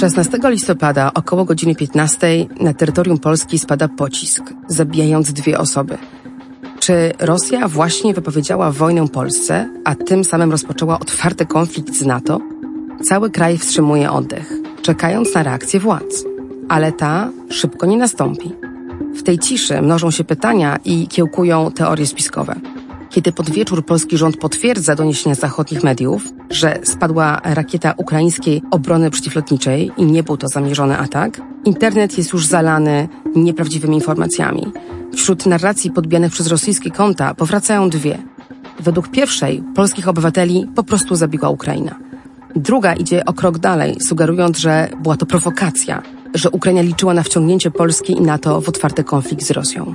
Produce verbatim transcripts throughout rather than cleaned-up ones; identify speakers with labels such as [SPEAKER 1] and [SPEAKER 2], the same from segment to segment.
[SPEAKER 1] szesnastego listopada około godziny piętnastej na terytorium Polski spada pocisk, zabijając dwie osoby. Czy Rosja właśnie wypowiedziała wojnę Polsce, a tym samym rozpoczęła otwarty konflikt z NATO? Cały kraj wstrzymuje oddech, czekając na reakcję władz. Ale ta szybko nie nastąpi. W tej ciszy mnożą się pytania i kiełkują teorie spiskowe. Kiedy pod wieczór polski rząd potwierdza doniesienia zachodnich mediów, że spadła rakieta ukraińskiej obrony przeciwlotniczej i nie był to zamierzony atak, internet jest już zalany nieprawdziwymi informacjami. Wśród narracji podbijanych przez rosyjskie konta powracają dwie. Według pierwszej polskich obywateli po prostu zabiła Ukraina. Druga idzie o krok dalej, sugerując, że była to prowokacja, że Ukraina liczyła na wciągnięcie Polski i NATO w otwarty konflikt z Rosją.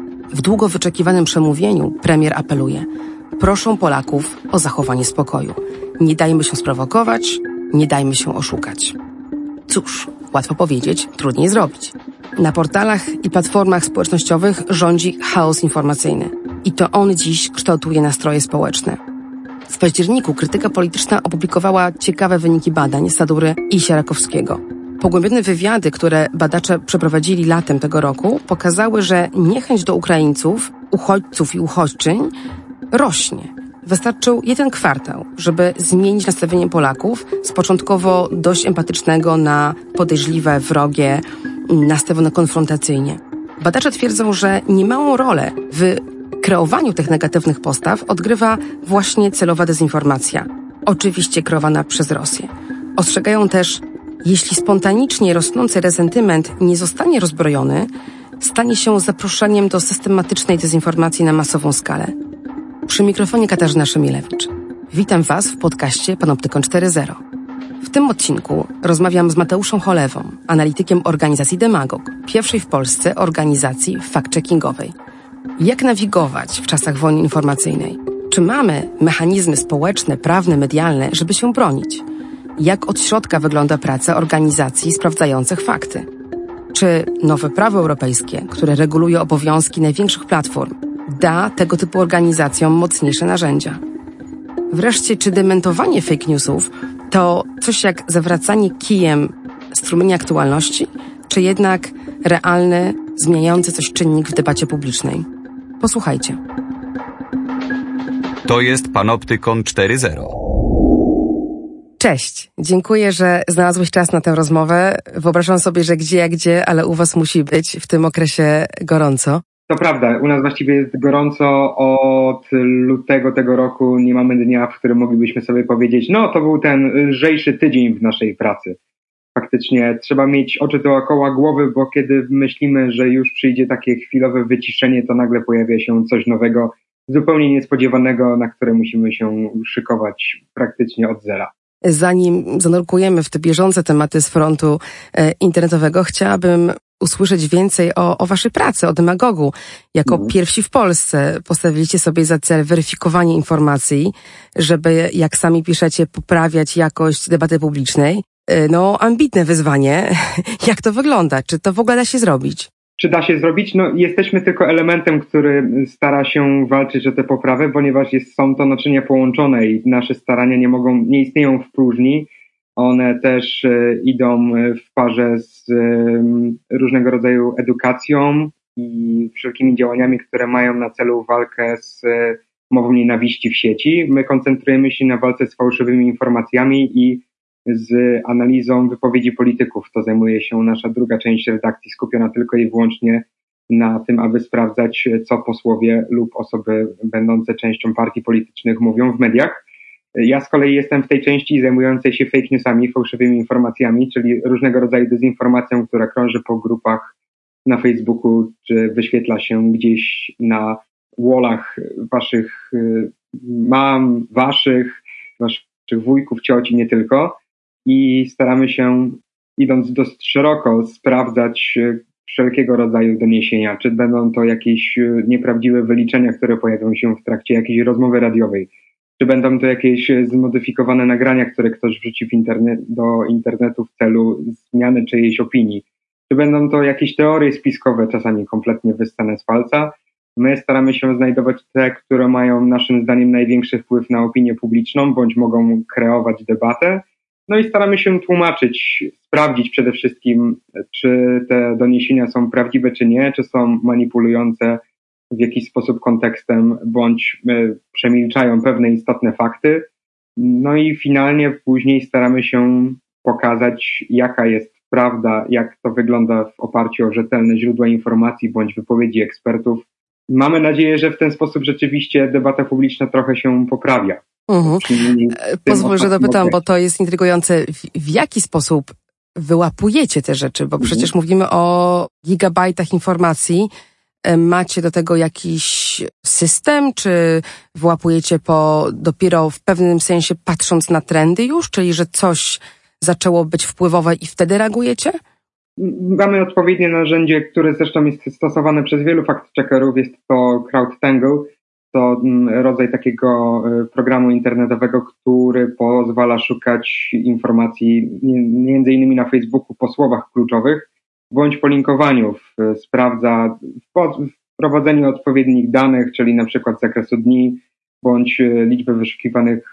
[SPEAKER 1] W długo wyczekiwanym przemówieniu premier apeluje: proszę Polaków o zachowanie spokoju. Nie dajmy się sprowokować, nie dajmy się oszukać. Cóż, łatwo powiedzieć, trudniej zrobić. Na portalach i platformach społecznościowych rządzi chaos informacyjny. I to on dziś kształtuje nastroje społeczne. W październiku Krytyka Polityczna opublikowała ciekawe wyniki badań Sadury i Sierakowskiego. Pogłębione wywiady, które badacze przeprowadzili latem tego roku, pokazały, że niechęć do Ukraińców, uchodźców i uchodźczyń rośnie. Wystarczył jeden kwartał, żeby zmienić nastawienie Polaków z początkowo dość empatycznego na podejrzliwe, wrogie, nastawione konfrontacyjnie. Badacze twierdzą, że niemałą rolę w kreowaniu tych negatywnych postaw odgrywa właśnie celowa dezinformacja, oczywiście kreowana przez Rosję. Ostrzegają też, jeśli spontanicznie rosnący resentyment nie zostanie rozbrojony, stanie się zaproszeniem do systematycznej dezinformacji na masową skalę. Przy mikrofonie Katarzyna Szymilewicz. Witam Was w podcaście Panoptykon cztery zero. W tym odcinku rozmawiam z Mateuszem Cholewą, analitykiem organizacji Demagog, pierwszej w Polsce organizacji fact-checkingowej. Jak nawigować w czasach wojny informacyjnej? Czy mamy mechanizmy społeczne, prawne, medialne, żeby się bronić? Jak od środka wygląda praca organizacji sprawdzających fakty? Czy nowe prawo europejskie, które reguluje obowiązki największych platform, da tego typu organizacjom mocniejsze narzędzia? Wreszcie, czy dementowanie fake newsów to coś jak zawracanie kijem strumienia aktualności, czy jednak realny, zmieniający coś czynnik w debacie publicznej? Posłuchajcie.
[SPEAKER 2] To jest Panoptykon cztery zero.
[SPEAKER 1] Cześć. Dziękuję, że znalazłeś czas na tę rozmowę. Wyobrażam sobie, że gdzie jak gdzie, ale u Was musi być w tym okresie gorąco.
[SPEAKER 3] To prawda. U nas właściwie jest gorąco od lutego tego roku. Nie mamy dnia, w którym moglibyśmy sobie powiedzieć, no to był ten lżejszy tydzień w naszej pracy. Faktycznie trzeba mieć oczy dookoła głowy, bo kiedy myślimy, że już przyjdzie takie chwilowe wyciszenie, to nagle pojawia się coś nowego, zupełnie niespodziewanego, na które musimy się szykować praktycznie od zera.
[SPEAKER 1] Zanim zanurkujemy w te bieżące tematy z frontu e, internetowego, chciałabym usłyszeć więcej o, o Waszej pracy, o Demagogu. Jako mm. pierwsi w Polsce postawiliście sobie za cel weryfikowanie informacji, żeby, jak sami piszecie, poprawiać jakość debaty publicznej. E, no, ambitne wyzwanie. Jak to wygląda? Czy to w ogóle da się zrobić?
[SPEAKER 3] Czy da się zrobić? No, jesteśmy tylko elementem, który stara się walczyć o tę poprawę, ponieważ jest, są to naczynia połączone i nasze starania nie mogą, nie istnieją w próżni. One też e, idą w parze z e, różnego rodzaju edukacją i wszelkimi działaniami, które mają na celu walkę z e, mową nienawiści w sieci. My koncentrujemy się na walce z fałszywymi informacjami i z analizą wypowiedzi polityków. To zajmuje się nasza druga część redakcji, skupiona tylko i wyłącznie na tym, aby sprawdzać, co posłowie lub osoby będące częścią partii politycznych mówią w mediach. Ja z kolei jestem w tej części zajmującej się fake newsami, fałszywymi informacjami, czyli różnego rodzaju dezinformacją, która krąży po grupach na Facebooku, czy wyświetla się gdzieś na wallach waszych mam, waszych, waszych wujków, cioci, nie tylko. I staramy się, idąc dość szeroko, sprawdzać wszelkiego rodzaju doniesienia, czy będą to jakieś nieprawdziwe wyliczenia, które pojawią się w trakcie jakiejś rozmowy radiowej, czy będą to jakieś zmodyfikowane nagrania, które ktoś wrzuci w internet, do internetu w celu zmiany czyjejś opinii, czy będą to jakieś teorie spiskowe, czasami kompletnie wyssane z palca. My staramy się znajdować te, które mają naszym zdaniem największy wpływ na opinię publiczną, bądź mogą kreować debatę. No i staramy się tłumaczyć sprawdzić przede wszystkim, czy te doniesienia są prawdziwe, czy nie, czy są manipulujące w jakiś sposób kontekstem, bądź przemilczają pewne istotne fakty. No i finalnie później staramy się pokazać, jaka jest prawda, jak to wygląda w oparciu o rzetelne źródła informacji bądź wypowiedzi ekspertów. Mamy nadzieję, że w ten sposób rzeczywiście debata publiczna trochę się poprawia.
[SPEAKER 1] Mhm. Pozwól, że dopytam, bo to jest intrygujące. W, w jaki sposób wyłapujecie te rzeczy? Bo mhm. przecież mówimy o gigabajtach informacji. Macie do tego jakiś system, czy wyłapujecie po dopiero w pewnym sensie patrząc na trendy już, czyli że coś zaczęło być wpływowe i wtedy reagujecie?
[SPEAKER 3] Mamy odpowiednie narzędzie, które zresztą jest stosowane przez wielu fact-checkerów. Jest to CrowdTangle. To rodzaj takiego programu internetowego, który pozwala szukać informacji między innymi na Facebooku po słowach kluczowych bądź po linkowaniu. Sprawdza po wprowadzeniu odpowiednich danych, czyli na przykład zakresu dni bądź liczby wyszukiwanych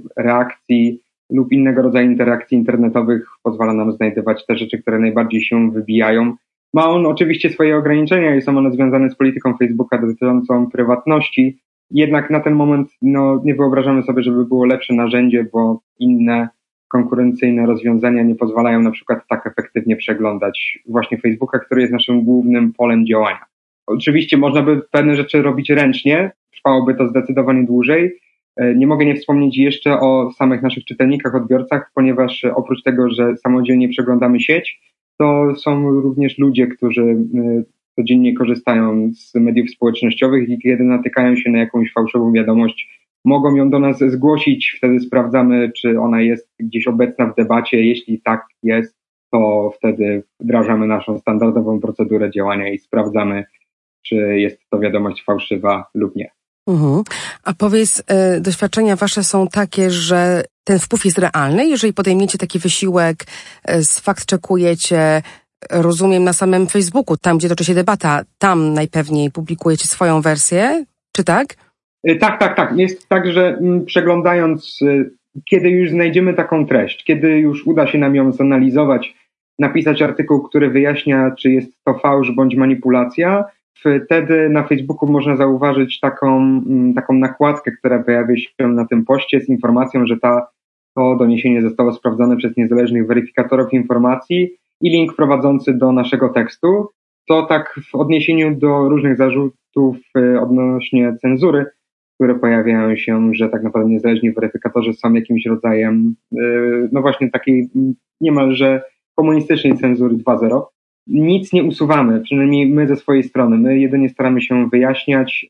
[SPEAKER 3] reakcji lub innego rodzaju interakcji internetowych, pozwala nam znajdować te rzeczy, które najbardziej się wybijają. Ma on oczywiście swoje ograniczenia i są one związane z polityką Facebooka dotyczącą prywatności, jednak na ten moment no, nie wyobrażamy sobie, żeby było lepsze narzędzie, bo inne konkurencyjne rozwiązania nie pozwalają na przykład tak efektywnie przeglądać właśnie Facebooka, który jest naszym głównym polem działania. Oczywiście można by pewne rzeczy robić ręcznie, trwałoby to zdecydowanie dłużej. Nie mogę nie wspomnieć jeszcze o samych naszych czytelnikach, odbiorcach, ponieważ oprócz tego, że samodzielnie przeglądamy sieć, to są również ludzie, którzy codziennie korzystają z mediów społecznościowych i kiedy natykają się na jakąś fałszywą wiadomość, mogą ją do nas zgłosić, wtedy sprawdzamy, czy ona jest gdzieś obecna w debacie. Jeśli tak jest, to wtedy wdrażamy naszą standardową procedurę działania i sprawdzamy, czy jest to wiadomość fałszywa lub nie.
[SPEAKER 1] Mhm. A powiedz, y, doświadczenia wasze są takie, że ten wpływ jest realny? Jeżeli podejmiecie taki wysiłek, y, sfact-checkujecie, rozumiem, na samym Facebooku, tam gdzie toczy się debata, tam najpewniej publikujecie swoją wersję, czy tak?
[SPEAKER 3] Tak, tak, tak. Jest tak, że m, przeglądając, y, kiedy już znajdziemy taką treść, kiedy już uda się nam ją zanalizować, napisać artykuł, który wyjaśnia, czy jest to fałsz bądź manipulacja, wtedy na Facebooku można zauważyć taką, taką nakładkę, która pojawia się na tym poście z informacją, że ta, to doniesienie zostało sprawdzone przez niezależnych weryfikatorów informacji i link prowadzący do naszego tekstu. To tak w odniesieniu do różnych zarzutów odnośnie cenzury, które pojawiają się, że tak naprawdę niezależni weryfikatorzy są jakimś rodzajem, no właśnie takiej niemalże komunistycznej cenzury dwa zero. Nic nie usuwamy, przynajmniej my ze swojej strony. My jedynie staramy się wyjaśniać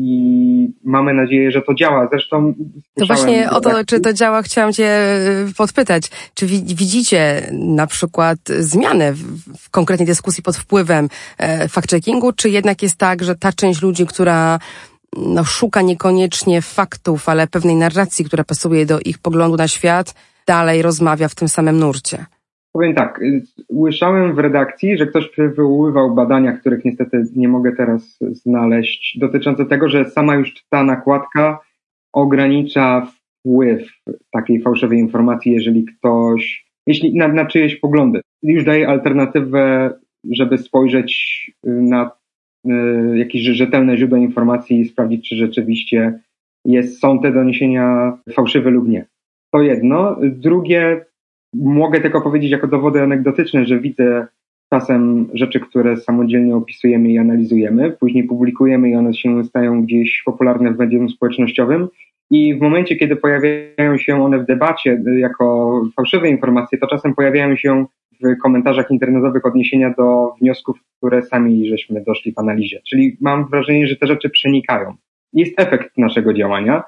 [SPEAKER 3] i mamy nadzieję, że to działa. Zresztą
[SPEAKER 1] to właśnie o to, czy to działa, chciałam cię podpytać. Czy widzicie na przykład zmianę w, w konkretnej dyskusji pod wpływem e, fact-checkingu, czy jednak jest tak, że ta część ludzi, która no, szuka niekoniecznie faktów, ale pewnej narracji, która pasuje do ich poglądu na świat, dalej rozmawia w tym samym nurcie?
[SPEAKER 3] Powiem tak, słyszałem w redakcji, że ktoś przywoływał badania, których niestety nie mogę teraz znaleźć, dotyczące tego, że sama już ta nakładka ogranicza wpływ takiej fałszywej informacji, jeżeli ktoś, jeśli na, na czyjeś poglądy. Już daje alternatywę, żeby spojrzeć na y, jakieś rzetelne źródła informacji i sprawdzić, czy rzeczywiście jest, są te doniesienia fałszywe lub nie. To jedno. Drugie, mogę tylko powiedzieć jako dowody anegdotyczne, że widzę czasem rzeczy, które samodzielnie opisujemy i analizujemy, później publikujemy i one się stają gdzieś popularne w medium społecznościowym i w momencie, kiedy pojawiają się one w debacie jako fałszywe informacje, to czasem pojawiają się w komentarzach internetowych odniesienia do wniosków, które sami żeśmy doszli w analizie. Czyli mam wrażenie, że te rzeczy przenikają. Jest efekt naszego działania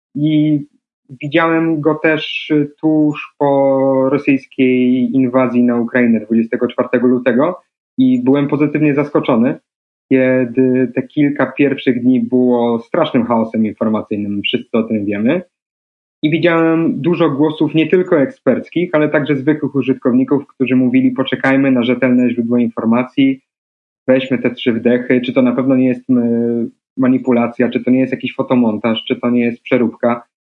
[SPEAKER 3] i widziałem go też tuż po rosyjskiej inwazji na Ukrainę dwudziestego czwartego lutego i byłem pozytywnie zaskoczony, kiedy te kilka pierwszych dni było strasznym chaosem informacyjnym, wszyscy o tym wiemy. I widziałem dużo głosów nie tylko eksperckich, ale także zwykłych użytkowników, którzy mówili: poczekajmy na rzetelne źródła informacji, weźmy te trzy wdechy, czy to na pewno nie jest manipulacja, czy to nie jest jakiś fotomontaż, czy to nie jest przeróbka.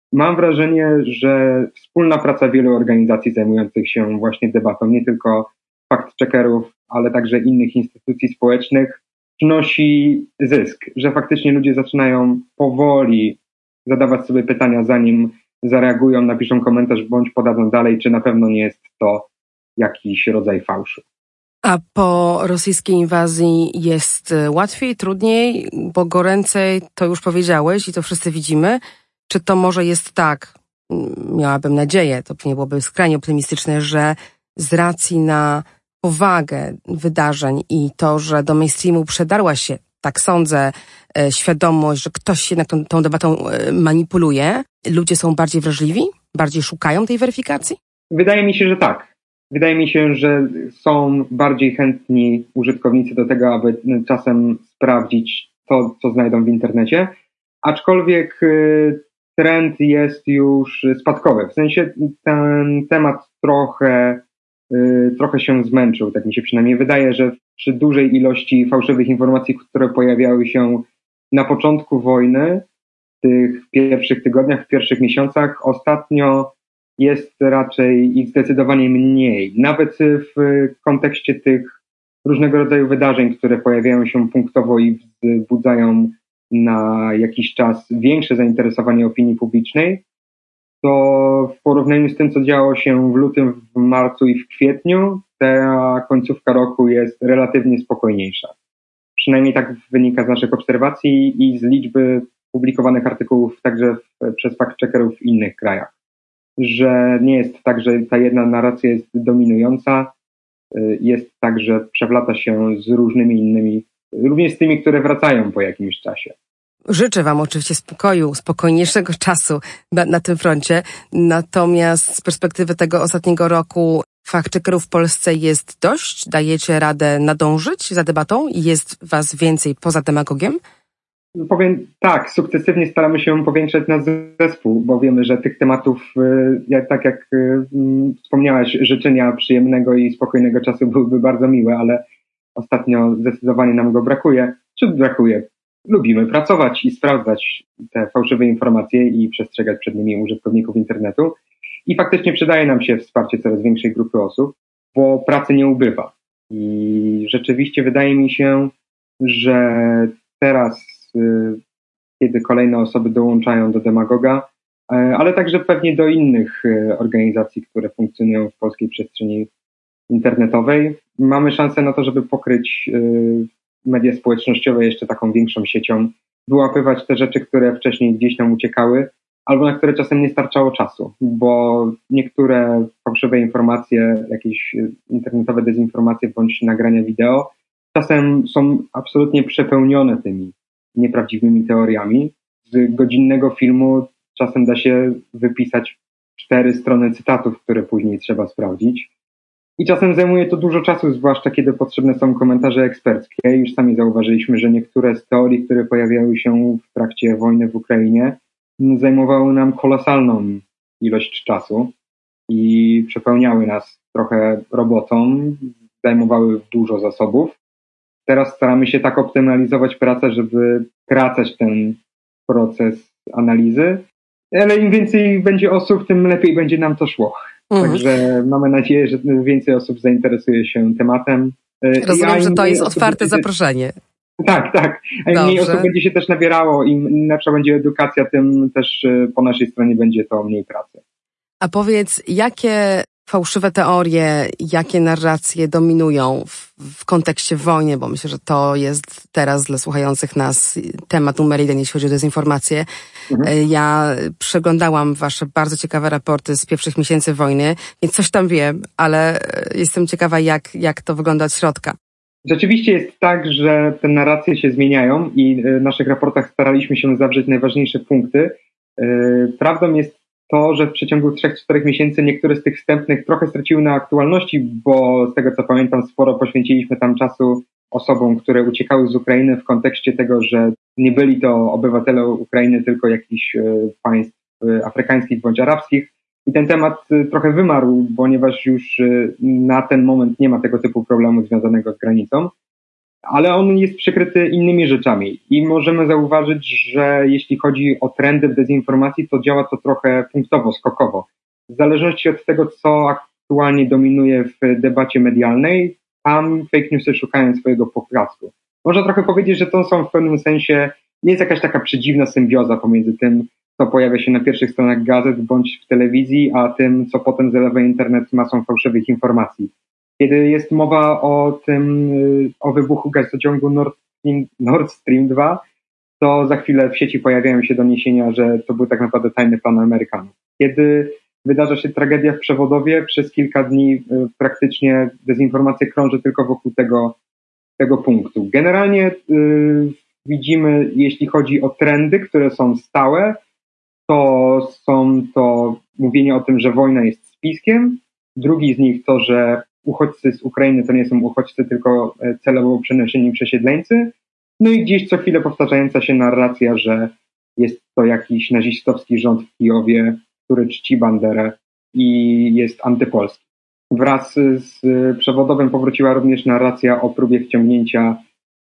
[SPEAKER 3] mam wrażenie, że wspólna praca wielu organizacji zajmujących się właśnie debatą, nie tylko fact-checkerów, ale także innych instytucji społecznych, przynosi zysk, że faktycznie ludzie zaczynają powoli zadawać sobie pytania, zanim zareagują, napiszą komentarz bądź podadzą dalej, czy na pewno nie jest to jakiś rodzaj fałszu.
[SPEAKER 1] A po rosyjskiej inwazji jest łatwiej, trudniej, bo goręcej to już powiedziałeś i to wszyscy widzimy. Czy to może jest tak, miałabym nadzieję, to nie byłoby skrajnie optymistyczne, że z racji na powagę wydarzeń i to, że do mainstreamu przedarła się, tak sądzę, świadomość, że ktoś jednak tą, tą debatą manipuluje, ludzie są bardziej wrażliwi, bardziej szukają tej weryfikacji?
[SPEAKER 3] Wydaje mi się, że tak. Wydaje mi się, że są bardziej chętni użytkownicy do tego, aby czasem sprawdzić to, co znajdą w internecie, aczkolwiek trend jest już spadkowy. W sensie ten temat trochę, trochę się zmęczył, tak mi się przynajmniej wydaje, że przy dużej ilości fałszywych informacji, które pojawiały się na początku wojny, w tych pierwszych tygodniach, w pierwszych miesiącach, ostatnio jest raczej ich zdecydowanie mniej. Nawet w kontekście tych różnego rodzaju wydarzeń, które pojawiają się punktowo i wzbudzają na jakiś czas większe zainteresowanie opinii publicznej, to w porównaniu z tym, co działo się w lutym, w marcu i w kwietniu, ta końcówka roku jest relatywnie spokojniejsza. Przynajmniej tak wynika z naszych obserwacji i z liczby publikowanych artykułów także w, przez fact-checkerów w innych krajach. Że nie jest tak, że ta jedna narracja jest dominująca, jest tak, że przewlata się z różnymi innymi, również z tymi, które wracają po jakimś czasie.
[SPEAKER 1] Życzę wam oczywiście spokoju, spokojniejszego czasu na, na tym froncie, natomiast z perspektywy tego ostatniego roku fact-checkerów w Polsce jest dość? Dajecie radę nadążyć za debatą? Jest was więcej poza demagogiem?
[SPEAKER 3] Powiem tak, sukcesywnie staramy się powiększać nasz zespół, bo wiemy, że tych tematów, jak, tak jak wspomniałaś, życzenia przyjemnego i spokojnego czasu byłyby bardzo miłe, ale ostatnio zdecydowanie nam go brakuje. Czy brakuje? Lubimy pracować i sprawdzać te fałszywe informacje i przestrzegać przed nimi użytkowników internetu. I faktycznie przydaje nam się wsparcie coraz większej grupy osób, bo pracy nie ubywa. I rzeczywiście wydaje mi się, że teraz, kiedy kolejne osoby dołączają do Demagoga, ale także pewnie do innych organizacji, które funkcjonują w polskiej przestrzeni internetowej, mamy szansę na to, żeby pokryć media społecznościowe jeszcze taką większą siecią, wyłapywać te rzeczy, które wcześniej gdzieś nam uciekały, albo na które czasem nie starczało czasu, bo niektóre fałszywe informacje, jakieś internetowe dezinformacje bądź nagrania wideo czasem są absolutnie przepełnione tymi nieprawdziwymi teoriami. Z godzinnego filmu czasem da się wypisać cztery strony cytatów, które później trzeba sprawdzić. I czasem zajmuje to dużo czasu, zwłaszcza kiedy potrzebne są komentarze eksperckie. Już sami zauważyliśmy, że niektóre z teorii, które pojawiały się w trakcie wojny w Ukrainie, zajmowały nam kolosalną ilość czasu i przepełniały nas trochę robotą, zajmowały dużo zasobów. Teraz staramy się tak optymalizować pracę, żeby skracać ten proces analizy, ale im więcej będzie osób, tym lepiej będzie nam to szło. Mhm. Także mamy nadzieję, że więcej osób zainteresuje się tematem.
[SPEAKER 1] Rozumiem, ja że to jest otwarte będzie... zaproszenie.
[SPEAKER 3] Tak, tak. A im mniej osób będzie się też nabierało, im lepsza będzie edukacja, tym też po naszej stronie będzie to mniej pracy.
[SPEAKER 1] A powiedz, jakie fałszywe teorie, jakie narracje dominują w, w kontekście wojny, bo myślę, że to jest teraz dla słuchających nas temat numer jeden, jeśli chodzi o dezinformację. Mhm. Ja przeglądałam wasze bardzo ciekawe raporty z pierwszych miesięcy wojny, więc coś tam wiem, ale jestem ciekawa, jak, jak to wygląda od środka.
[SPEAKER 3] Rzeczywiście jest tak, że te narracje się zmieniają i w naszych raportach staraliśmy się zawrzeć najważniejsze punkty. Prawdą jest to, że w przeciągu trzech czterech miesięcy niektóre z tych wstępnych trochę straciły na aktualności, bo z tego co pamiętam sporo poświęciliśmy tam czasu osobom, które uciekały z Ukrainy w kontekście tego, że nie byli to obywatele Ukrainy, tylko jakichś państw afrykańskich bądź arabskich. I ten temat trochę wymarł, ponieważ już na ten moment nie ma tego typu problemu związanego z granicą. ale on jest przykryty innymi rzeczami i możemy zauważyć, że jeśli chodzi o trendy w dezinformacji, to działa to trochę punktowo, skokowo. W zależności od tego, co aktualnie dominuje w debacie medialnej, tam fake newsy szukają swojego poklasku. Można trochę powiedzieć, że to są w pewnym sensie, nie jest jakaś taka przedziwna symbioza pomiędzy tym, co pojawia się na pierwszych stronach gazet bądź w telewizji, a tym, co potem zalewa internet masą fałszywych informacji. Kiedy jest mowa o tym, o wybuchu gazociągu Nord Stream, Nord Stream dwa, to za chwilę w sieci pojawiają się doniesienia, że to był tak naprawdę tajny plan Amerykanów. Kiedy wydarza się tragedia w Przewodowie, przez kilka dni praktycznie dezinformacja krąży tylko wokół tego, tego punktu. Generalnie yy, widzimy, jeśli chodzi o trendy, które są stałe, to są to mówienie o tym, że wojna jest spiskiem. Drugi z nich to, że uchodźcy z Ukrainy to nie są uchodźcy, tylko celowo przenoszeni przesiedleńcy. No i gdzieś co chwilę powtarzająca się narracja, że jest to jakiś nazistowski rząd w Kijowie, który czci Banderę i jest antypolski. Wraz z Przewodowym powróciła również narracja o próbie wciągnięcia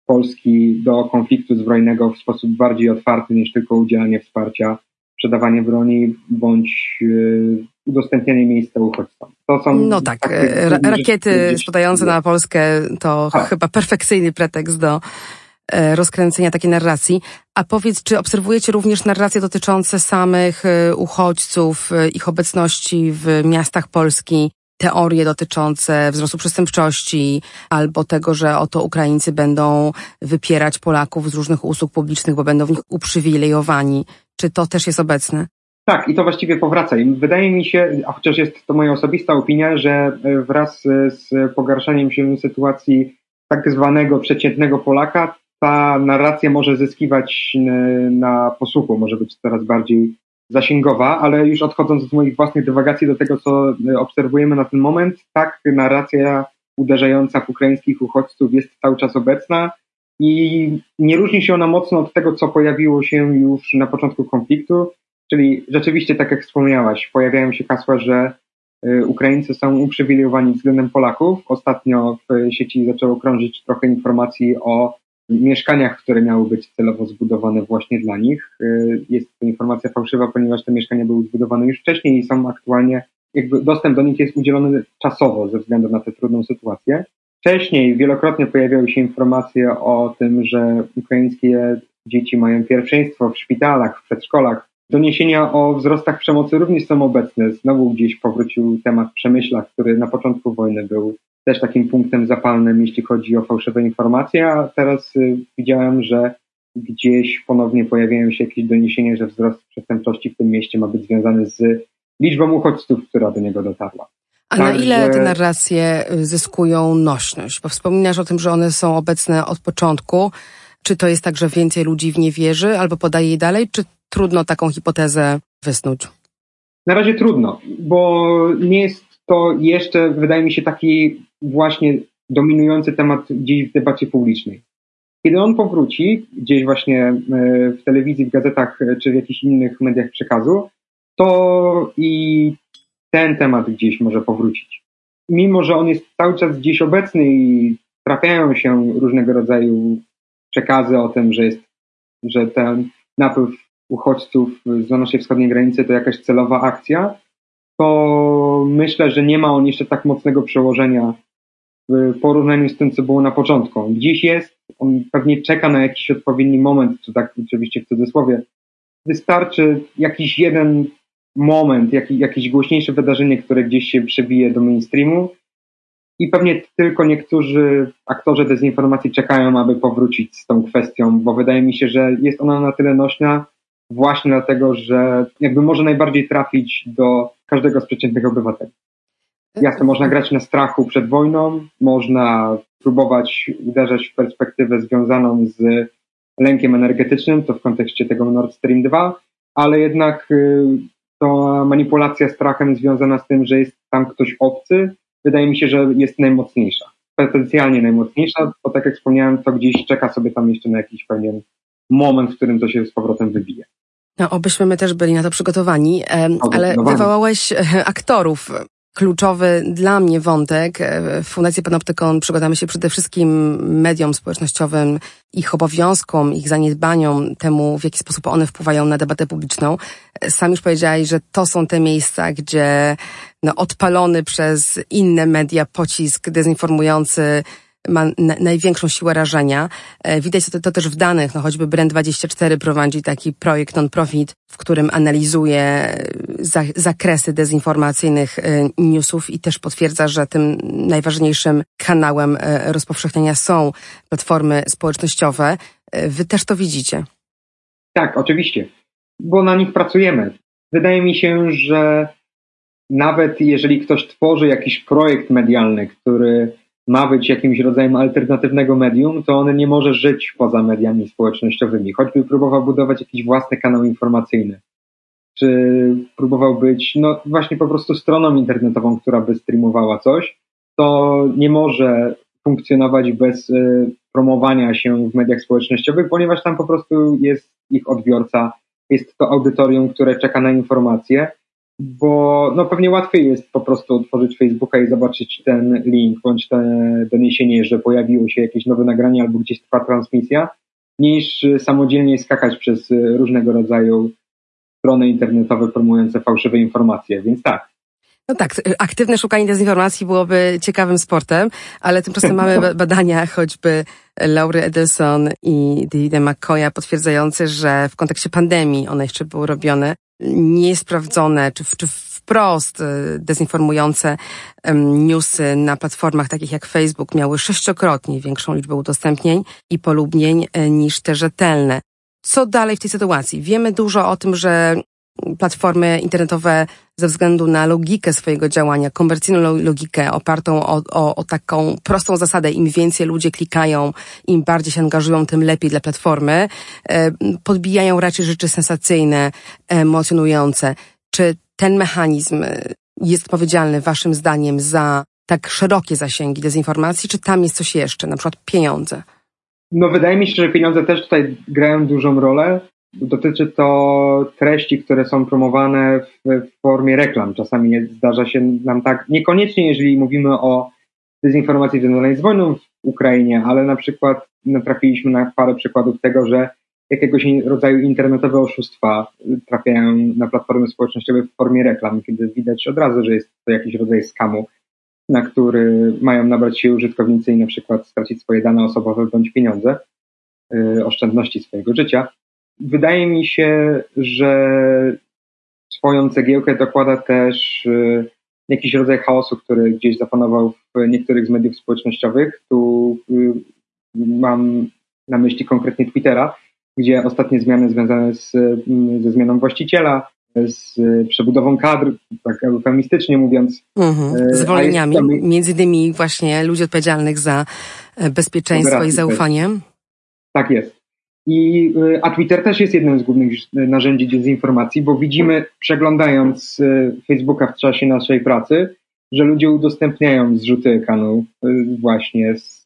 [SPEAKER 3] Polski do konfliktu zbrojnego w sposób bardziej otwarty niż tylko udzielanie wsparcia, sprzedawanie broni bądź yy, udostępnianie miejsca uchodźcom. To są
[SPEAKER 1] no tak, takie, ra- rakiety spadające na Polskę to tak. Chyba perfekcyjny pretekst do e, rozkręcenia takiej narracji. A powiedz, czy obserwujecie również narracje dotyczące samych e, uchodźców, e, ich obecności w miastach Polski, teorie dotyczące wzrostu przestępczości albo tego, że oto Ukraińcy będą wypierać Polaków z różnych usług publicznych, bo będą w nich uprzywilejowani. Czy to też jest obecne? Tak, i to właściwie powraca. I wydaje mi się, a chociaż jest to moja osobista opinia, że wraz z pogarszaniem się sytuacji tak zwanego przeciętnego Polaka, ta narracja może zyskiwać na posłuchu, może być coraz bardziej zasięgowa, ale już odchodząc od moich własnych dywagacji do tego, co obserwujemy na ten moment, tak, narracja uderzająca w ukraińskich uchodźców jest cały czas obecna i nie różni się ona mocno od tego, co pojawiło się już na początku konfliktu, czyli rzeczywiście, tak jak wspomniałaś, pojawiają się hasła, że Ukraińcy są uprzywilejowani względem Polaków. Ostatnio w sieci zaczęło krążyć trochę informacji o mieszkaniach, które miały być celowo zbudowane właśnie dla nich. Jest to informacja fałszywa, ponieważ te mieszkania były zbudowane już wcześniej i są aktualnie, jakby dostęp do nich jest udzielony czasowo ze względu na tę trudną sytuację. Wcześniej wielokrotnie pojawiały się informacje o tym, że ukraińskie dzieci mają pierwszeństwo w szpitalach, w przedszkolach. Doniesienia o wzrostach przemocy również są obecne. Znowu gdzieś powrócił temat w Przemyślach, który na początku wojny był też takim punktem zapalnym, jeśli chodzi o fałszywe informacje, a teraz y, widziałem, że gdzieś ponownie pojawiają się jakieś doniesienia, że wzrost przestępczości w tym mieście ma być związany z liczbą uchodźców, która do niego dotarła. A tak, na ile że... te narracje zyskują nośność? Bo wspominasz o tym, że one są obecne od początku. Czy to jest tak, że więcej ludzi w nie wierzy albo podaje jej dalej, czy trudno taką hipotezę wysnuć? Na razie trudno, bo nie jest to jeszcze, wydaje mi się, taki właśnie dominujący temat gdzieś w debacie publicznej. Kiedy on powróci gdzieś właśnie w telewizji, w gazetach czy w jakichś innych mediach przekazu, to i ten temat gdzieś może powrócić. Mimo że on jest cały czas gdzieś obecny i trafiają się różnego rodzaju przekazy o tym, że jest, że ten napływ uchodźców z naszej wschodniej granicy to jakaś celowa akcja, to myślę, że nie ma on jeszcze tak mocnego przełożenia w porównaniu z tym, co było na początku. On gdzieś jest, on pewnie czeka na jakiś odpowiedni moment, to tak oczywiście w cudzysłowie. Wystarczy jakiś jeden moment, jak, jakieś głośniejsze wydarzenie, które gdzieś się przebije do mainstreamu i pewnie tylko niektórzy aktorzy dezinformacji czekają, aby powrócić z tą kwestią, bo wydaje mi się, że jest ona na tyle nośna właśnie dlatego, że jakby może najbardziej trafić do każdego z przeciętnych obywateli. Jasne, można grać na strachu przed wojną, można próbować uderzać w perspektywę związaną z lękiem energetycznym, to w kontekście tego Nord Stream dwa, ale jednak ta manipulacja strachem związana z tym, że jest tam ktoś obcy, wydaje mi się, że jest najmocniejsza. Potencjalnie najmocniejsza, bo tak jak wspomniałem, to gdzieś czeka sobie tam jeszcze na jakiś pewien moment, w którym to się z powrotem wybije. No, obyśmy my też byli na to przygotowani, ale wywołałeś aktorów. Kluczowy dla mnie wątek. W Fundacji Panoptykon przyglądamy się przede wszystkim mediom społecznościowym, ich obowiązkom, ich zaniedbaniom, temu, w jaki sposób one wpływają na debatę publiczną. Sam już powiedziałeś, że to są te miejsca, gdzie no, odpalony przez inne media pocisk dezinformujący ma na, największą siłę rażenia. E, widać to, to też w danych, no choćby Brand dwadzieścia cztery prowadzi taki projekt non-profit, w którym analizuje za, zakresy dezinformacyjnych e, newsów i też potwierdza, że tym najważniejszym kanałem e, rozpowszechniania są platformy społecznościowe. E, wy też to widzicie?
[SPEAKER 3] Tak, oczywiście, bo na nich pracujemy. Wydaje mi się, że nawet jeżeli ktoś tworzy jakiś projekt medialny, który ma być jakimś rodzajem alternatywnego medium, to on nie może żyć poza mediami społecznościowymi. Choćby próbował budować jakiś własny kanał informacyjny. Czy próbował być, no właśnie po prostu stroną internetową, która by streamowała coś, to nie może funkcjonować bez y, promowania się w mediach społecznościowych, ponieważ tam po prostu jest ich odbiorca, jest to audytorium, które czeka na informacje. Bo no pewnie łatwiej jest po prostu otworzyć Facebooka i zobaczyć ten link, bądź te doniesienie, że pojawiło się jakieś nowe nagranie albo gdzieś trwa transmisja, niż samodzielnie skakać przez różnego rodzaju strony internetowe promujące fałszywe informacje, więc tak.
[SPEAKER 1] No tak, aktywne szukanie dezinformacji byłoby ciekawym sportem, ale tymczasem mamy badania choćby Laury Edelson i Davida McCoya potwierdzające, że w kontekście pandemii one jeszcze były robione, niesprawdzone czy, czy wprost dezinformujące newsy na platformach takich jak Facebook miały sześciokrotnie większą liczbę udostępnień i polubnień niż te rzetelne. Co dalej w tej sytuacji? Wiemy dużo o tym, że platformy internetowe ze względu na logikę swojego działania, komercyjną logikę opartą o, o, o taką prostą zasadę, im więcej ludzie klikają, im bardziej się angażują, tym lepiej dla platformy, podbijają raczej rzeczy sensacyjne, emocjonujące. Czy ten mechanizm jest odpowiedzialny waszym zdaniem za tak szerokie zasięgi dezinformacji, czy tam jest coś jeszcze, na przykład pieniądze?
[SPEAKER 3] No wydaje mi się, że pieniądze też tutaj grają dużą rolę. Dotyczy to treści, które są promowane w, w formie reklam. Czasami zdarza się nam tak, niekoniecznie jeżeli mówimy o dezinformacji związanej z wojną w Ukrainie, ale na przykład natrafiliśmy na parę przykładów tego, że jakiegoś rodzaju internetowe oszustwa trafiają na platformy społecznościowe w formie reklam, kiedy widać od razu, że jest to jakiś rodzaj skamu, na który mają nabrać się użytkownicy i na przykład stracić swoje dane osobowe bądź pieniądze, yy, oszczędności swojego życia. Wydaje mi się, że swoją cegiełkę dokłada też yy, jakiś rodzaj chaosu, który gdzieś zapanował w niektórych z mediów społecznościowych. Tu yy, mam na myśli konkretnie Twittera, gdzie ostatnie zmiany związane z, ze zmianą właściciela, z przebudową kadr, tak eufemistycznie mówiąc.
[SPEAKER 1] Mhm. Zwolnieniami, tam między innymi właśnie ludzi odpowiedzialnych za bezpieczeństwo i zaufanie.
[SPEAKER 3] Tak jest. I, a Twitter też jest jednym z głównych narzędzi dezinformacji, bo widzimy, przeglądając Facebooka w czasie naszej pracy, że ludzie udostępniają zrzuty ekranu właśnie z,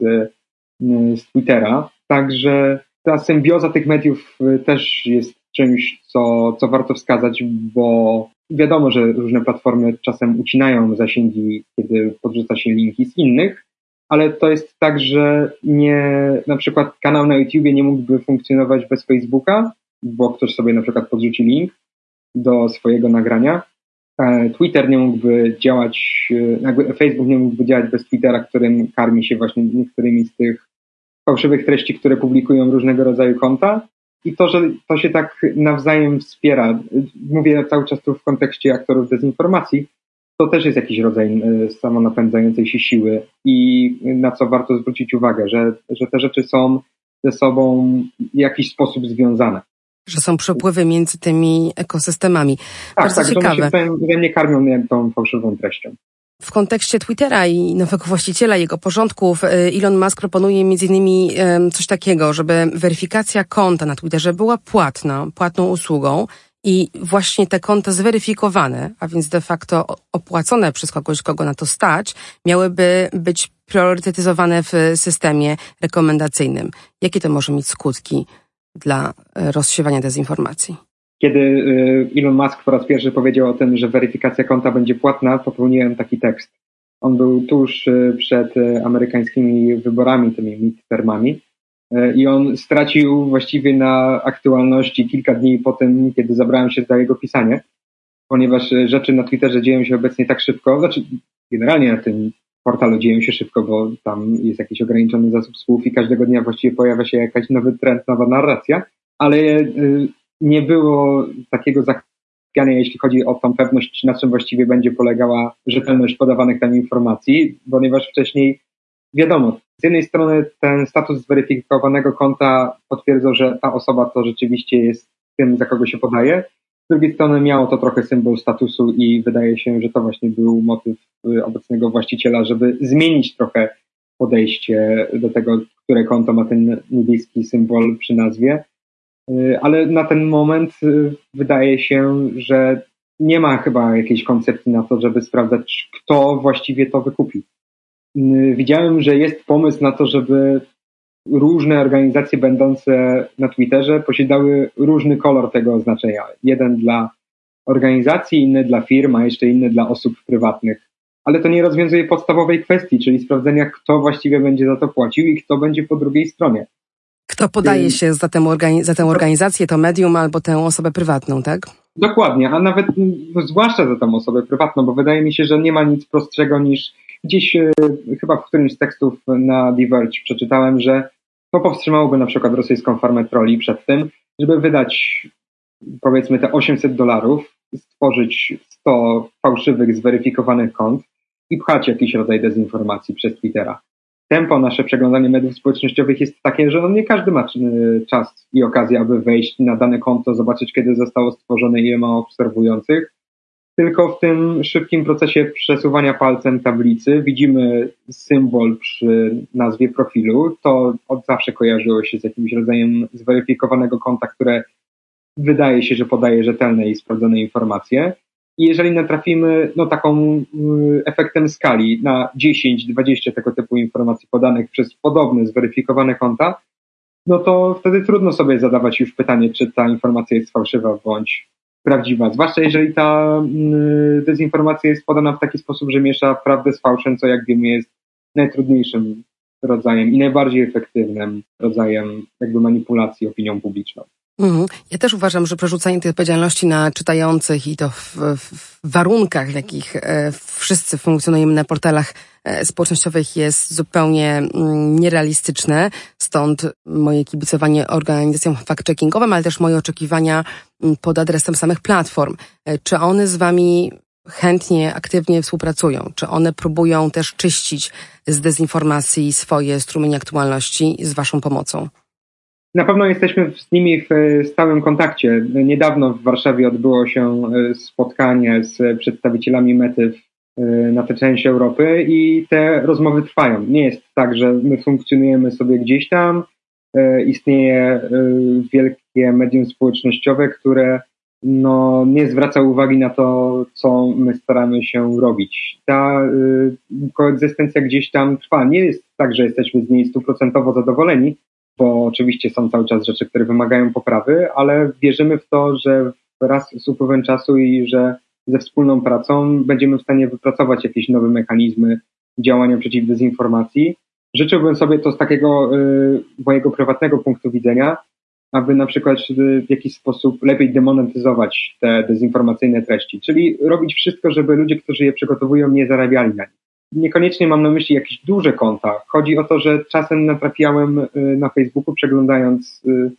[SPEAKER 3] z Twittera. Także ta symbioza tych mediów też jest czymś, co, co warto wskazać, bo wiadomo, że różne platformy czasem ucinają zasięgi, kiedy podrzuca się linki z innych, ale to jest tak, że nie, na przykład kanał na YouTubie nie mógłby funkcjonować bez Facebooka, bo ktoś sobie na przykład podrzuci link do swojego nagrania. Twitter nie mógłby działać, jakby Facebook nie mógłby działać bez Twittera, którym karmi się właśnie niektórymi z tych fałszywych treści, które publikują różnego rodzaju konta. I to, że to się tak nawzajem wspiera, mówię cały czas tu w kontekście aktorów dezinformacji, to też jest jakiś rodzaj samonapędzającej się siły i na co warto zwrócić uwagę, że, że te rzeczy są ze sobą w jakiś sposób związane.
[SPEAKER 1] Że są przepływy między tymi ekosystemami.
[SPEAKER 3] Tak,
[SPEAKER 1] Bardzo
[SPEAKER 3] tak,
[SPEAKER 1] ciekawe.
[SPEAKER 3] że one się wzajemnie karmią tą fałszywą treścią.
[SPEAKER 1] W kontekście Twittera i nowego właściciela, jego porządków, Elon Musk proponuje między innymi coś takiego, żeby weryfikacja konta na Twitterze była płatna, płatną usługą i właśnie te konta zweryfikowane, a więc de facto opłacone przez kogoś, kogo na to stać, miałyby być priorytetyzowane w systemie rekomendacyjnym. Jakie to może mieć skutki dla rozsiewania dezinformacji?
[SPEAKER 3] Kiedy Elon Musk po raz pierwszy powiedział o tym, że weryfikacja konta będzie płatna, popełniłem taki tekst. On był tuż przed amerykańskimi wyborami, tymi midtermami, i on stracił właściwie na aktualności kilka dni po tym, kiedy zabrałem się za jego pisanie, ponieważ rzeczy na Twitterze dzieją się obecnie tak szybko, znaczy generalnie na tym portalu dzieją się szybko, bo tam jest jakiś ograniczony zasób słów i każdego dnia właściwie pojawia się jakaś nowy trend, nowa narracja, ale nie było takiego zachwiania, jeśli chodzi o tą pewność, na czym właściwie będzie polegała rzetelność podawanych tam informacji, ponieważ wcześniej wiadomo, z jednej strony ten status zweryfikowanego konta potwierdzał, że ta osoba to rzeczywiście jest tym, za kogo się podaje. Z drugiej strony miało to trochę symbol statusu i wydaje się, że to właśnie był motyw obecnego właściciela, żeby zmienić trochę podejście do tego, które konto ma ten niebieski symbol przy nazwie. Ale na ten moment wydaje się, że nie ma chyba jakiejś koncepcji na to, żeby sprawdzać, kto właściwie to wykupił. Widziałem, że jest pomysł na to, żeby różne organizacje będące na Twitterze posiadały różny kolor tego oznaczenia. Jeden dla organizacji, inny dla firm, a jeszcze inny dla osób prywatnych. Ale to nie rozwiązuje podstawowej kwestii, czyli sprawdzenia, kto właściwie będzie za to płacił i kto będzie po drugiej stronie.
[SPEAKER 1] Kto podaje się za tę, organi- za tę organizację, to medium albo tę osobę prywatną, tak?
[SPEAKER 3] Dokładnie, a nawet no, zwłaszcza za tę osobę prywatną, bo wydaje mi się, że nie ma nic prostszego niż gdzieś e, chyba w którymś z tekstów na Diverge przeczytałem, że to powstrzymałoby na przykład rosyjską farmę trolli przed tym, żeby wydać powiedzmy te osiemset dolarów, stworzyć sto fałszywych, zweryfikowanych kont i pchać jakiś rodzaj dezinformacji przez Twittera. Tempo nasze przeglądanie mediów społecznościowych jest takie, że no nie każdy ma czas i okazję, aby wejść na dane konto, zobaczyć, kiedy zostało stworzone i ile ma obserwujących. Tylko w tym szybkim procesie przesuwania palcem tablicy widzimy symbol przy nazwie profilu. To od zawsze kojarzyło się z jakimś rodzajem zweryfikowanego konta, które wydaje się, że podaje rzetelne i sprawdzone informacje. I jeżeli natrafimy no, taką y, efektem skali na dziesięć dwadzieścia tego typu informacji podanych przez podobne, zweryfikowane konta, no to wtedy trudno sobie zadawać już pytanie, czy ta informacja jest fałszywa bądź prawdziwa. Zwłaszcza jeżeli ta y, dezinformacja jest podana w taki sposób, że miesza prawdę z fałszem, co jak wiemy jest najtrudniejszym rodzajem i najbardziej efektywnym rodzajem jakby manipulacji opinią publiczną.
[SPEAKER 1] Mhm. Ja też uważam, że przerzucanie tej odpowiedzialności na czytających i to w, w warunkach, w jakich e, wszyscy funkcjonujemy na portalach e, społecznościowych jest zupełnie mm, nierealistyczne. Stąd moje kibicowanie organizacjom fact-checkingowym, ale też moje oczekiwania m, pod adresem samych platform. E, czy one z wami chętnie, aktywnie współpracują? Czy one próbują też czyścić z dezinformacji swoje strumienie aktualności z waszą pomocą?
[SPEAKER 3] Na pewno jesteśmy z nimi w stałym kontakcie. Niedawno w Warszawie odbyło się spotkanie z przedstawicielami Mety na tę część Europy i te rozmowy trwają. Nie jest tak, że my funkcjonujemy sobie gdzieś tam, istnieje wielkie medium społecznościowe, które no, nie zwraca uwagi na to, co my staramy się robić. Ta koegzystencja gdzieś tam trwa. Nie jest tak, że jesteśmy z niej stuprocentowo zadowoleni, bo oczywiście są cały czas rzeczy, które wymagają poprawy, ale wierzymy w to, że wraz z upływem czasu i że ze wspólną pracą będziemy w stanie wypracować jakieś nowe mechanizmy działania przeciw dezinformacji. Życzyłbym sobie to z takiego y, mojego prywatnego punktu widzenia, aby na przykład w jakiś sposób lepiej demonetyzować te dezinformacyjne treści, czyli robić wszystko, żeby ludzie, którzy je przygotowują, nie zarabiali na nich. Niekoniecznie mam na myśli jakieś duże konta. Chodzi o to, że czasem natrafiałem na Facebooku, przeglądając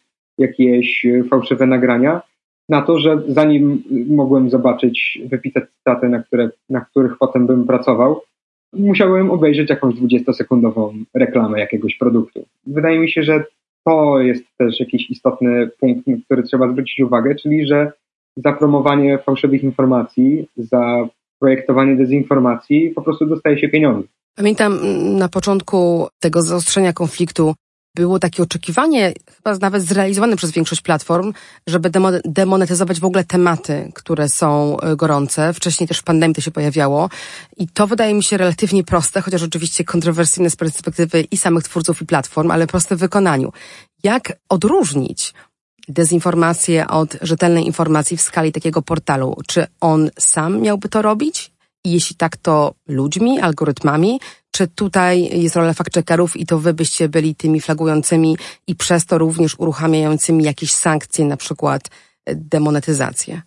[SPEAKER 3] jakieś fałszywe nagrania, na to, że zanim mogłem zobaczyć, wypisać cytaty, na, które, na których potem bym pracował, musiałem obejrzeć jakąś dwudziestosekundową reklamę jakiegoś produktu. Wydaje mi się, że to jest też jakiś istotny punkt, na który trzeba zwrócić uwagę, czyli że za promowanie fałszywych informacji, za projektowanie dezinformacji po prostu dostaje się pieniądze.
[SPEAKER 1] Pamiętam na początku tego zaostrzenia konfliktu było takie oczekiwanie, chyba nawet zrealizowane przez większość platform, żeby demonetyzować w ogóle tematy, które są gorące. Wcześniej też w pandemii to się pojawiało i to wydaje mi się relatywnie proste, chociaż oczywiście kontrowersyjne z perspektywy i samych twórców i platform, ale proste w wykonaniu. Jak odróżnić dezinformację od rzetelnej informacji w skali takiego portalu? Czy on sam miałby to robić? I jeśli tak, to ludźmi, algorytmami? Czy tutaj jest rola fact-checkerów i to wy byście byli tymi flagującymi i przez to również uruchamiającymi jakieś sankcje, na przykład demonetyzację?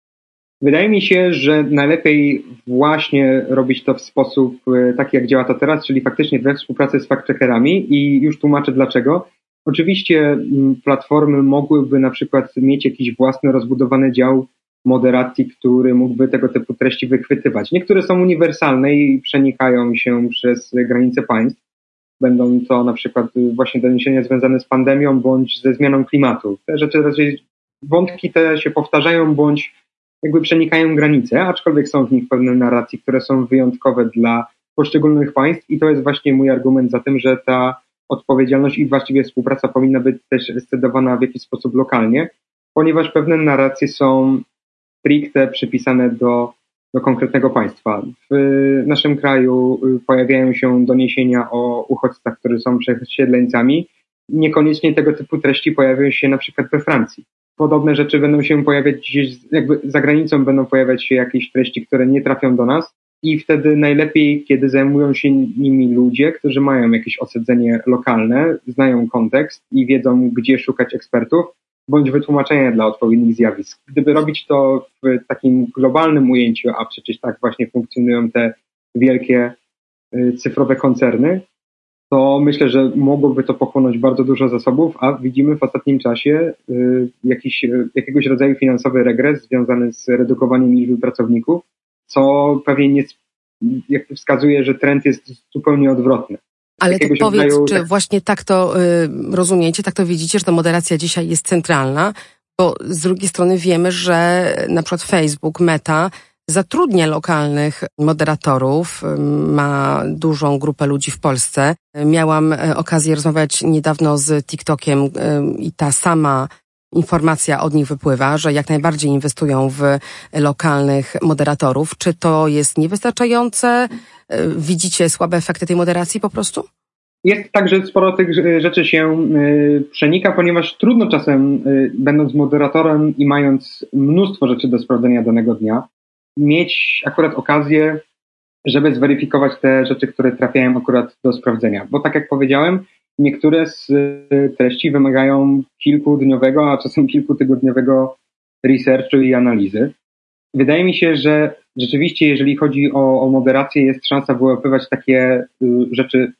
[SPEAKER 3] Wydaje mi się, że najlepiej właśnie robić to w sposób taki, jak działa to teraz, czyli faktycznie we współpracy z fact-checkerami i już tłumaczę dlaczego. Oczywiście platformy mogłyby na przykład mieć jakiś własny rozbudowany dział moderacji, który mógłby tego typu treści wychwytywać. Niektóre są uniwersalne i przenikają się przez granice państw. Będą to na przykład właśnie doniesienia związane z pandemią bądź ze zmianą klimatu. Te rzeczy raczej, wątki te się powtarzają bądź jakby przenikają granice, aczkolwiek są w nich pewne narracje, które są wyjątkowe dla poszczególnych państw i to jest właśnie mój argument za tym, że ta odpowiedzialność i właściwie współpraca powinna być też scedowana w jakiś sposób lokalnie, ponieważ pewne narracje są stricte przypisane do, do konkretnego państwa. W naszym kraju pojawiają się doniesienia o uchodźcach, którzy są przesiedleńcami. Niekoniecznie tego typu treści pojawiają się na przykład we Francji. Podobne rzeczy będą się pojawiać gdzieś, jakby za granicą będą pojawiać się jakieś treści, które nie trafią do nas i wtedy najlepiej, kiedy zajmują się nimi ludzie, którzy mają jakieś osadzenie lokalne, znają kontekst i wiedzą, gdzie szukać ekspertów, bądź wytłumaczenia dla odpowiednich zjawisk. Gdyby robić to w takim globalnym ujęciu, a przecież tak właśnie funkcjonują te wielkie y, cyfrowe koncerny, to myślę, że mogłoby to pochłonąć bardzo dużo zasobów, a widzimy w ostatnim czasie y, jakiś, y, jakiegoś rodzaju finansowy regres związany z redukowaniem liczby pracowników, co pewnie nie, jak wskazuje, że trend jest zupełnie odwrotny.
[SPEAKER 1] Ale tak powiedz,
[SPEAKER 3] rodzaju,
[SPEAKER 1] czy
[SPEAKER 3] tak...
[SPEAKER 1] właśnie tak to y, rozumiecie, tak to widzicie, że ta moderacja dzisiaj jest centralna, bo z drugiej strony wiemy, że na przykład Facebook, Meta zatrudnia lokalnych moderatorów, ma dużą grupę ludzi w Polsce. Miałam okazję rozmawiać niedawno z TikTokiem i ta sama informacja od nich wypływa, że jak najbardziej inwestują w lokalnych moderatorów. Czy to jest niewystarczające? Widzicie słabe efekty tej moderacji po prostu?
[SPEAKER 3] Jest tak, że sporo tych rzeczy się przenika, ponieważ trudno czasem, będąc moderatorem i mając mnóstwo rzeczy do sprawdzenia danego dnia, mieć akurat okazję, żeby zweryfikować te rzeczy, które trafiają akurat do sprawdzenia. Bo tak jak powiedziałem, niektóre z treści wymagają kilkudniowego, a czasem kilkutygodniowego researchu i analizy. Wydaje mi się, że rzeczywiście, jeżeli chodzi o, o moderację, jest szansa wyłapywać takie y, rzeczy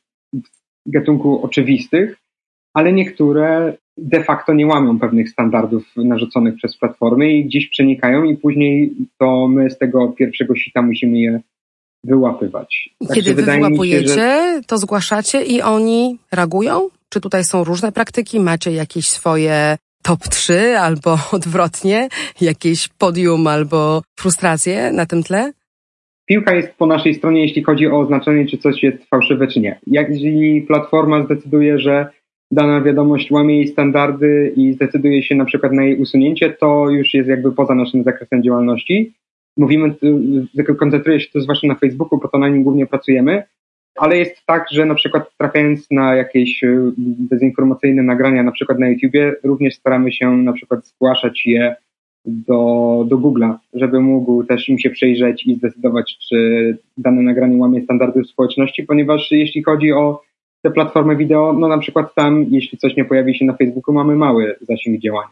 [SPEAKER 3] w gatunku oczywistych, ale niektóre de facto nie łamią pewnych standardów narzuconych przez platformy i gdzieś przenikają i później to my z tego pierwszego sita musimy je wyłapywać.
[SPEAKER 1] Kiedy wy wyłapujecie, się, że... to zgłaszacie i oni reagują? Czy tutaj są różne praktyki? Macie jakieś swoje top trzy albo odwrotnie, jakieś podium albo frustracje na tym tle?
[SPEAKER 3] Piłka jest po naszej stronie, jeśli chodzi o oznaczenie, czy coś jest fałszywe, czy nie. Jeżeli platforma zdecyduje, że dana wiadomość łamie jej standardy i zdecyduje się na przykład na jej usunięcie, to już jest jakby poza naszym zakresem działalności. Mówimy, koncentruje się to zwłaszcza na Facebooku, bo to na nim głównie pracujemy, ale jest tak, że na przykład trafiając na jakieś dezinformacyjne nagrania, na przykład na YouTubie, również staramy się na przykład zgłaszać je do, do Google'a, żeby mógł też im się przejrzeć i zdecydować, czy dane nagranie łamie standardy społeczności, ponieważ jeśli chodzi o te platformy wideo, no na przykład tam, jeśli coś nie pojawi się na Facebooku, mamy mały zasięg działania.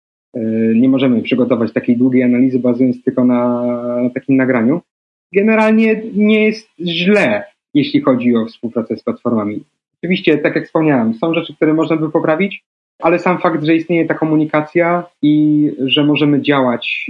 [SPEAKER 3] Nie możemy przygotować takiej długiej analizy, bazując tylko na, na takim nagraniu. Generalnie nie jest źle, jeśli chodzi o współpracę z platformami. Oczywiście, tak jak wspomniałem, są rzeczy, które można by poprawić, ale sam fakt, że istnieje ta komunikacja i że możemy działać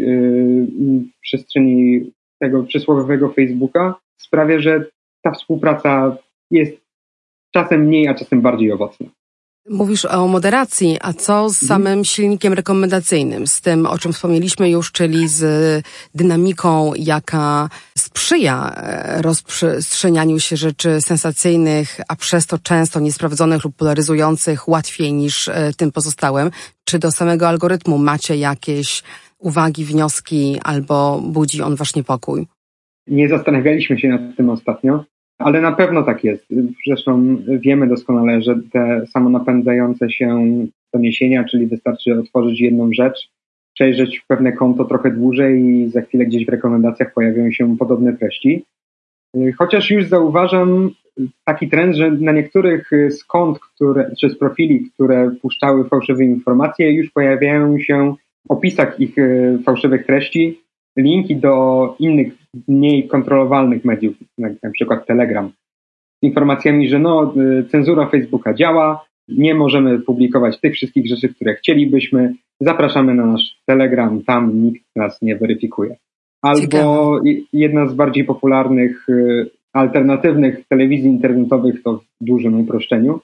[SPEAKER 3] w przestrzeni tego przysłowiowego Facebooka sprawia, że ta współpraca jest czasem mniej, a czasem bardziej owocna.
[SPEAKER 1] Mówisz o moderacji, a co z samym silnikiem rekomendacyjnym, z tym, o czym wspomnieliśmy już, czyli z dynamiką, jaka sprzyja rozprzestrzenianiu się rzeczy sensacyjnych, a przez to często niesprawdzonych lub polaryzujących łatwiej niż tym pozostałym? Czy do samego algorytmu macie jakieś uwagi, wnioski albo budzi on wasz niepokój?
[SPEAKER 3] Nie zastanawialiśmy się nad tym ostatnio. Ale na pewno tak jest. Zresztą wiemy doskonale, że te samonapędzające się doniesienia, czyli wystarczy otworzyć jedną rzecz, przejrzeć pewne konto trochę dłużej i za chwilę gdzieś w rekomendacjach pojawią się podobne treści. Chociaż już zauważam taki trend, że na niektórych z kont, które, czy z profili, które puszczały fałszywe informacje, już pojawiają się w opisach ich fałszywych treści linki do innych, mniej kontrolowalnych mediów, jak na przykład Telegram, z informacjami, że no, cenzura Facebooka działa, nie możemy publikować tych wszystkich rzeczy, które chcielibyśmy, zapraszamy na nasz Telegram, tam nikt nas nie weryfikuje. Albo Ciekawe. Jedna z bardziej popularnych alternatywnych telewizji internetowych, to w dużym uproszczeniu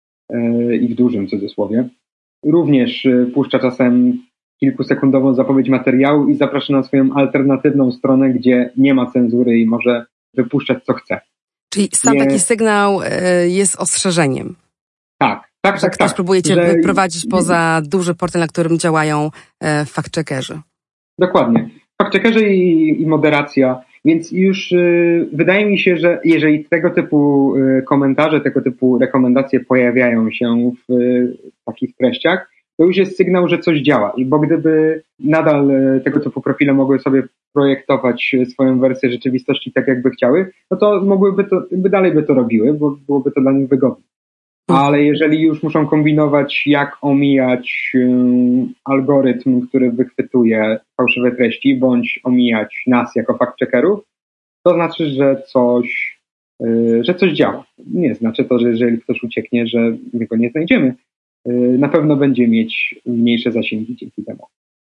[SPEAKER 3] i w dużym cudzysłowie, również puszcza czasem kilkusekundową zapowiedź materiału i zaprasza na swoją alternatywną stronę, gdzie nie ma cenzury i może wypuszczać co chce.
[SPEAKER 1] Czyli sam nie... taki sygnał jest ostrzeżeniem.
[SPEAKER 3] Tak, tak,
[SPEAKER 1] że
[SPEAKER 3] tak.
[SPEAKER 1] ktoś
[SPEAKER 3] tak,
[SPEAKER 1] próbujecie
[SPEAKER 3] że...
[SPEAKER 1] wyprowadzić poza duży portal, na którym działają fact-checkerzy.
[SPEAKER 3] Dokładnie. Fact-checkerzy i, i moderacja. Więc już y, wydaje mi się, że jeżeli tego typu y, komentarze, tego typu rekomendacje pojawiają się w y, takich treściach, to już jest sygnał, że coś działa. I bo gdyby nadal y, tego typu profile mogły sobie projektować swoją wersję rzeczywistości tak, jakby chciały, no to mogłyby to, jakby dalej by to robiły, bo byłoby to dla nich wygodne. Ale jeżeli już muszą kombinować, jak omijać y, algorytm, który wychwytuje fałszywe treści, bądź omijać nas jako fact-checkerów, to znaczy, że coś, y, że coś działa. Nie znaczy to, że jeżeli ktoś ucieknie, że my go nie znajdziemy. Y, na pewno będzie mieć mniejsze zasięgi dzięki temu.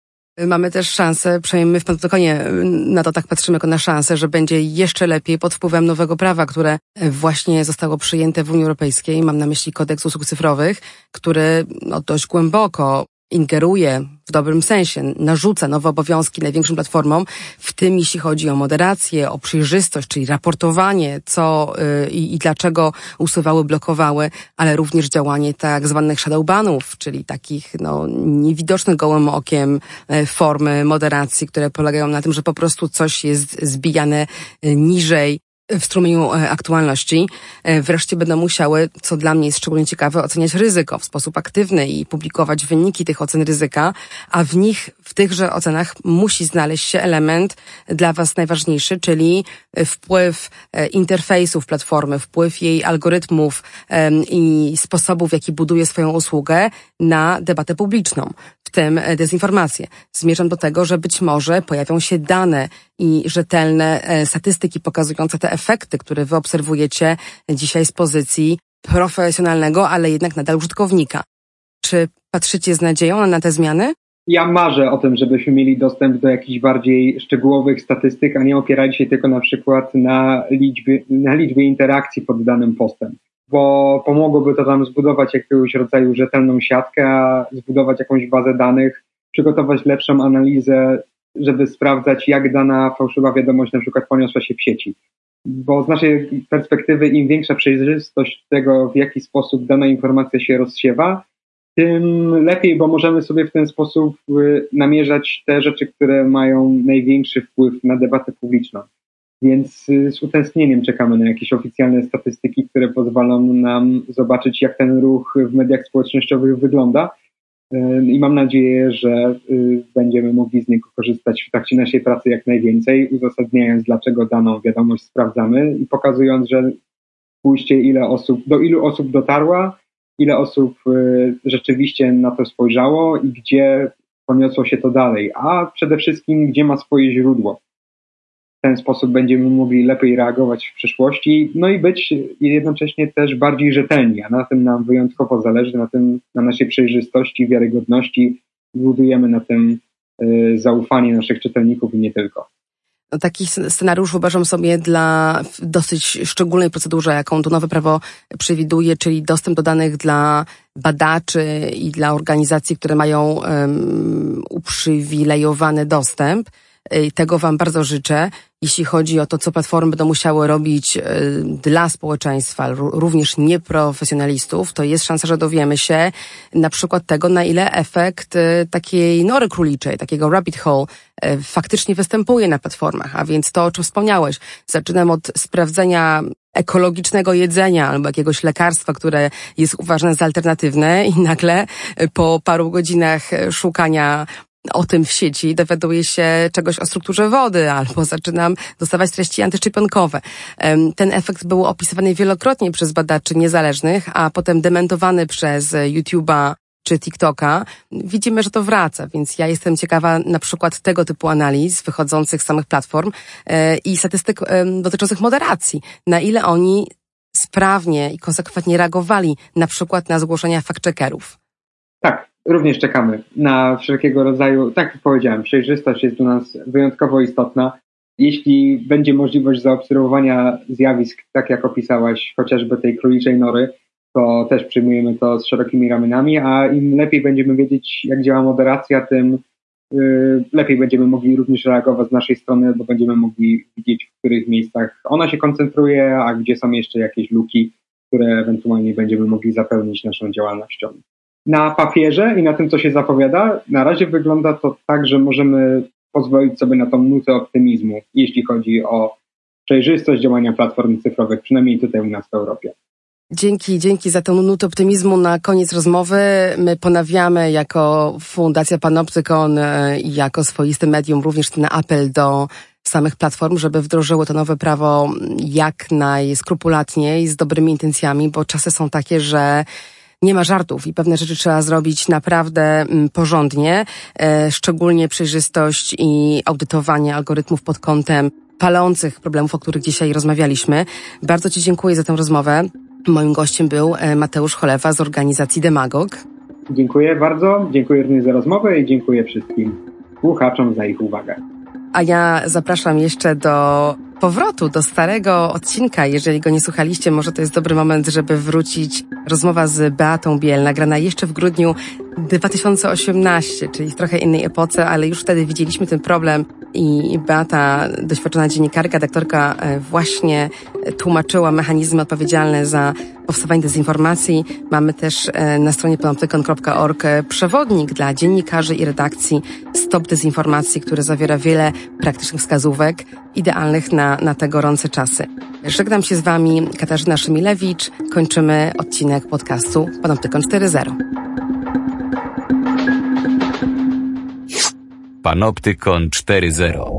[SPEAKER 1] Mamy też szansę, przynajmniej my w Panoptykonie na to tak patrzymy jako na szansę, że będzie jeszcze lepiej pod wpływem nowego prawa, które właśnie zostało przyjęte w Unii Europejskiej. Mam na myśli kodeks usług cyfrowych, który no, dość głęboko ingeruje w dobrym sensie, narzuca nowe obowiązki największym platformom, w tym jeśli chodzi o moderację, o przejrzystość, czyli raportowanie, co yy, i dlaczego usuwały, blokowały, ale również działanie tak zwanych shadowbanów, czyli takich no, niewidocznych gołym okiem yy, formy moderacji, które polegają na tym, że po prostu coś jest zbijane yy, niżej w strumieniu aktualności. Wreszcie będą musiały, co dla mnie jest szczególnie ciekawe, oceniać ryzyko w sposób aktywny i publikować wyniki tych ocen ryzyka, a w nich, w tychże ocenach musi znaleźć się element dla Was najważniejszy, czyli wpływ interfejsów platformy, wpływ jej algorytmów i sposobów, w jaki buduje swoją usługę na debatę publiczną, w tym dezinformację. Zmierzam do tego, że być może pojawią się dane i rzetelne statystyki pokazujące te efekty, które Wy obserwujecie dzisiaj z pozycji profesjonalnego, ale jednak nadal użytkownika. Czy patrzycie z nadzieją na te zmiany?
[SPEAKER 3] Ja marzę o tym, żebyśmy mieli dostęp do jakichś bardziej szczegółowych statystyk, a nie opierali się tylko na przykład na liczbie, na liczbie interakcji pod danym postem. Bo pomogłoby to nam zbudować jakiegoś rodzaju rzetelną siatkę, a zbudować jakąś bazę danych, przygotować lepszą analizę, żeby sprawdzać, jak dana fałszywa wiadomość na przykład poniosła się w sieci. Bo z naszej perspektywy im większa przejrzystość tego, w jaki sposób dana informacja się rozsiewa, tym lepiej, bo możemy sobie w ten sposób namierzać te rzeczy, które mają największy wpływ na debatę publiczną. Więc z utęsknieniem czekamy na jakieś oficjalne statystyki, które pozwolą nam zobaczyć, jak ten ruch w mediach społecznościowych wygląda. I mam nadzieję, że będziemy mogli z niego korzystać w trakcie naszej pracy jak najwięcej, uzasadniając, dlaczego daną wiadomość sprawdzamy i pokazując, że spójrzcie, ile osób, do ilu osób dotarła, ile osób rzeczywiście na to spojrzało i gdzie poniosło się to dalej, a przede wszystkim, gdzie ma swoje źródło. W ten sposób będziemy mogli lepiej reagować w przyszłości, no i być jednocześnie też bardziej rzetelni, a na tym nam wyjątkowo zależy, na tym, na naszej przejrzystości, wiarygodności. Budujemy na tym y, zaufanie naszych czytelników i nie tylko.
[SPEAKER 1] No, taki scenariusz wyobrażam sobie dla dosyć szczególnej procedurze, jaką to nowe prawo przewiduje, czyli dostęp do danych dla badaczy i dla organizacji, które mają um, uprzywilejowany dostęp. Tego Wam bardzo życzę. Jeśli chodzi o to, co platformy będą musiały robić y, dla społeczeństwa, r- również nieprofesjonalistów, to jest szansa, że dowiemy się na przykład tego, na ile efekt y, takiej nory króliczej, takiego rabbit hole y, faktycznie występuje na platformach. A więc to, o czym wspomniałeś. Zaczynam od sprawdzenia ekologicznego jedzenia albo jakiegoś lekarstwa, które jest uważane za alternatywne i nagle po paru godzinach szukania o tym w sieci dowiaduję się czegoś o strukturze wody albo zaczynam dostawać treści antyszczepionkowe. Ten efekt był opisywany wielokrotnie przez badaczy niezależnych, a potem dementowany przez YouTube'a czy TikToka. Widzimy, że to wraca, więc ja jestem ciekawa na przykład tego typu analiz wychodzących z samych platform i statystyk dotyczących moderacji. Na ile oni sprawnie i konsekwentnie reagowali na przykład na zgłoszenia fact-checkerów.
[SPEAKER 3] Tak, również czekamy na wszelkiego rodzaju, tak jak powiedziałem, przejrzystość jest dla nas wyjątkowo istotna. Jeśli będzie możliwość zaobserwowania zjawisk, tak jak opisałaś, chociażby tej króliczej nory, to też przyjmujemy to z szerokimi ramionami, a im lepiej będziemy wiedzieć, jak działa moderacja, tym yy, lepiej będziemy mogli również reagować z naszej strony, bo będziemy mogli widzieć, w których miejscach ona się koncentruje, a gdzie są jeszcze jakieś luki, które ewentualnie będziemy mogli zapełnić naszą działalnością. Na papierze i na tym, co się zapowiada, na razie wygląda to tak, że możemy pozwolić sobie na tą nutę optymizmu, jeśli chodzi o przejrzystość działania platform cyfrowych, przynajmniej tutaj u nas w Europie.
[SPEAKER 1] Dzięki, dzięki za tę nutę optymizmu na koniec rozmowy. My ponawiamy jako Fundacja Panoptykon i jako swoisty medium również ten apel do samych platform, żeby wdrożyły to nowe prawo jak najskrupulatniej, z dobrymi intencjami, bo czasy są takie, że nie ma żartów i pewne rzeczy trzeba zrobić naprawdę porządnie, szczególnie przejrzystość i audytowanie algorytmów pod kątem palących problemów, o których dzisiaj rozmawialiśmy. Bardzo Ci dziękuję za tę rozmowę. Moim gościem był Mateusz Cholewa z organizacji Demagog.
[SPEAKER 3] Dziękuję bardzo, dziękuję również za rozmowę i dziękuję wszystkim słuchaczom za ich uwagę.
[SPEAKER 1] A ja zapraszam jeszcze do powrotu, do starego odcinka. Jeżeli go nie słuchaliście, może to jest dobry moment, żeby wrócić. Rozmowa z Beatą Biel, nagrana jeszcze w grudniu dwa tysiące osiemnastego, czyli w trochę innej epoce, ale już wtedy widzieliśmy ten problem i Beata, doświadczona dziennikarka, redaktorka, właśnie tłumaczyła mechanizmy odpowiedzialne za powstawanie dezinformacji. Mamy też na stronie panoptykon kropka org przewodnik dla dziennikarzy i redakcji Stop Dezinformacji, który zawiera wiele praktycznych wskazówek idealnych na, na te gorące czasy. Żegnam się z Wami, Katarzyna Szymilewicz. Kończymy odcinek podcastu Panoptykon cztery zero.
[SPEAKER 2] Panoptykon cztery zero.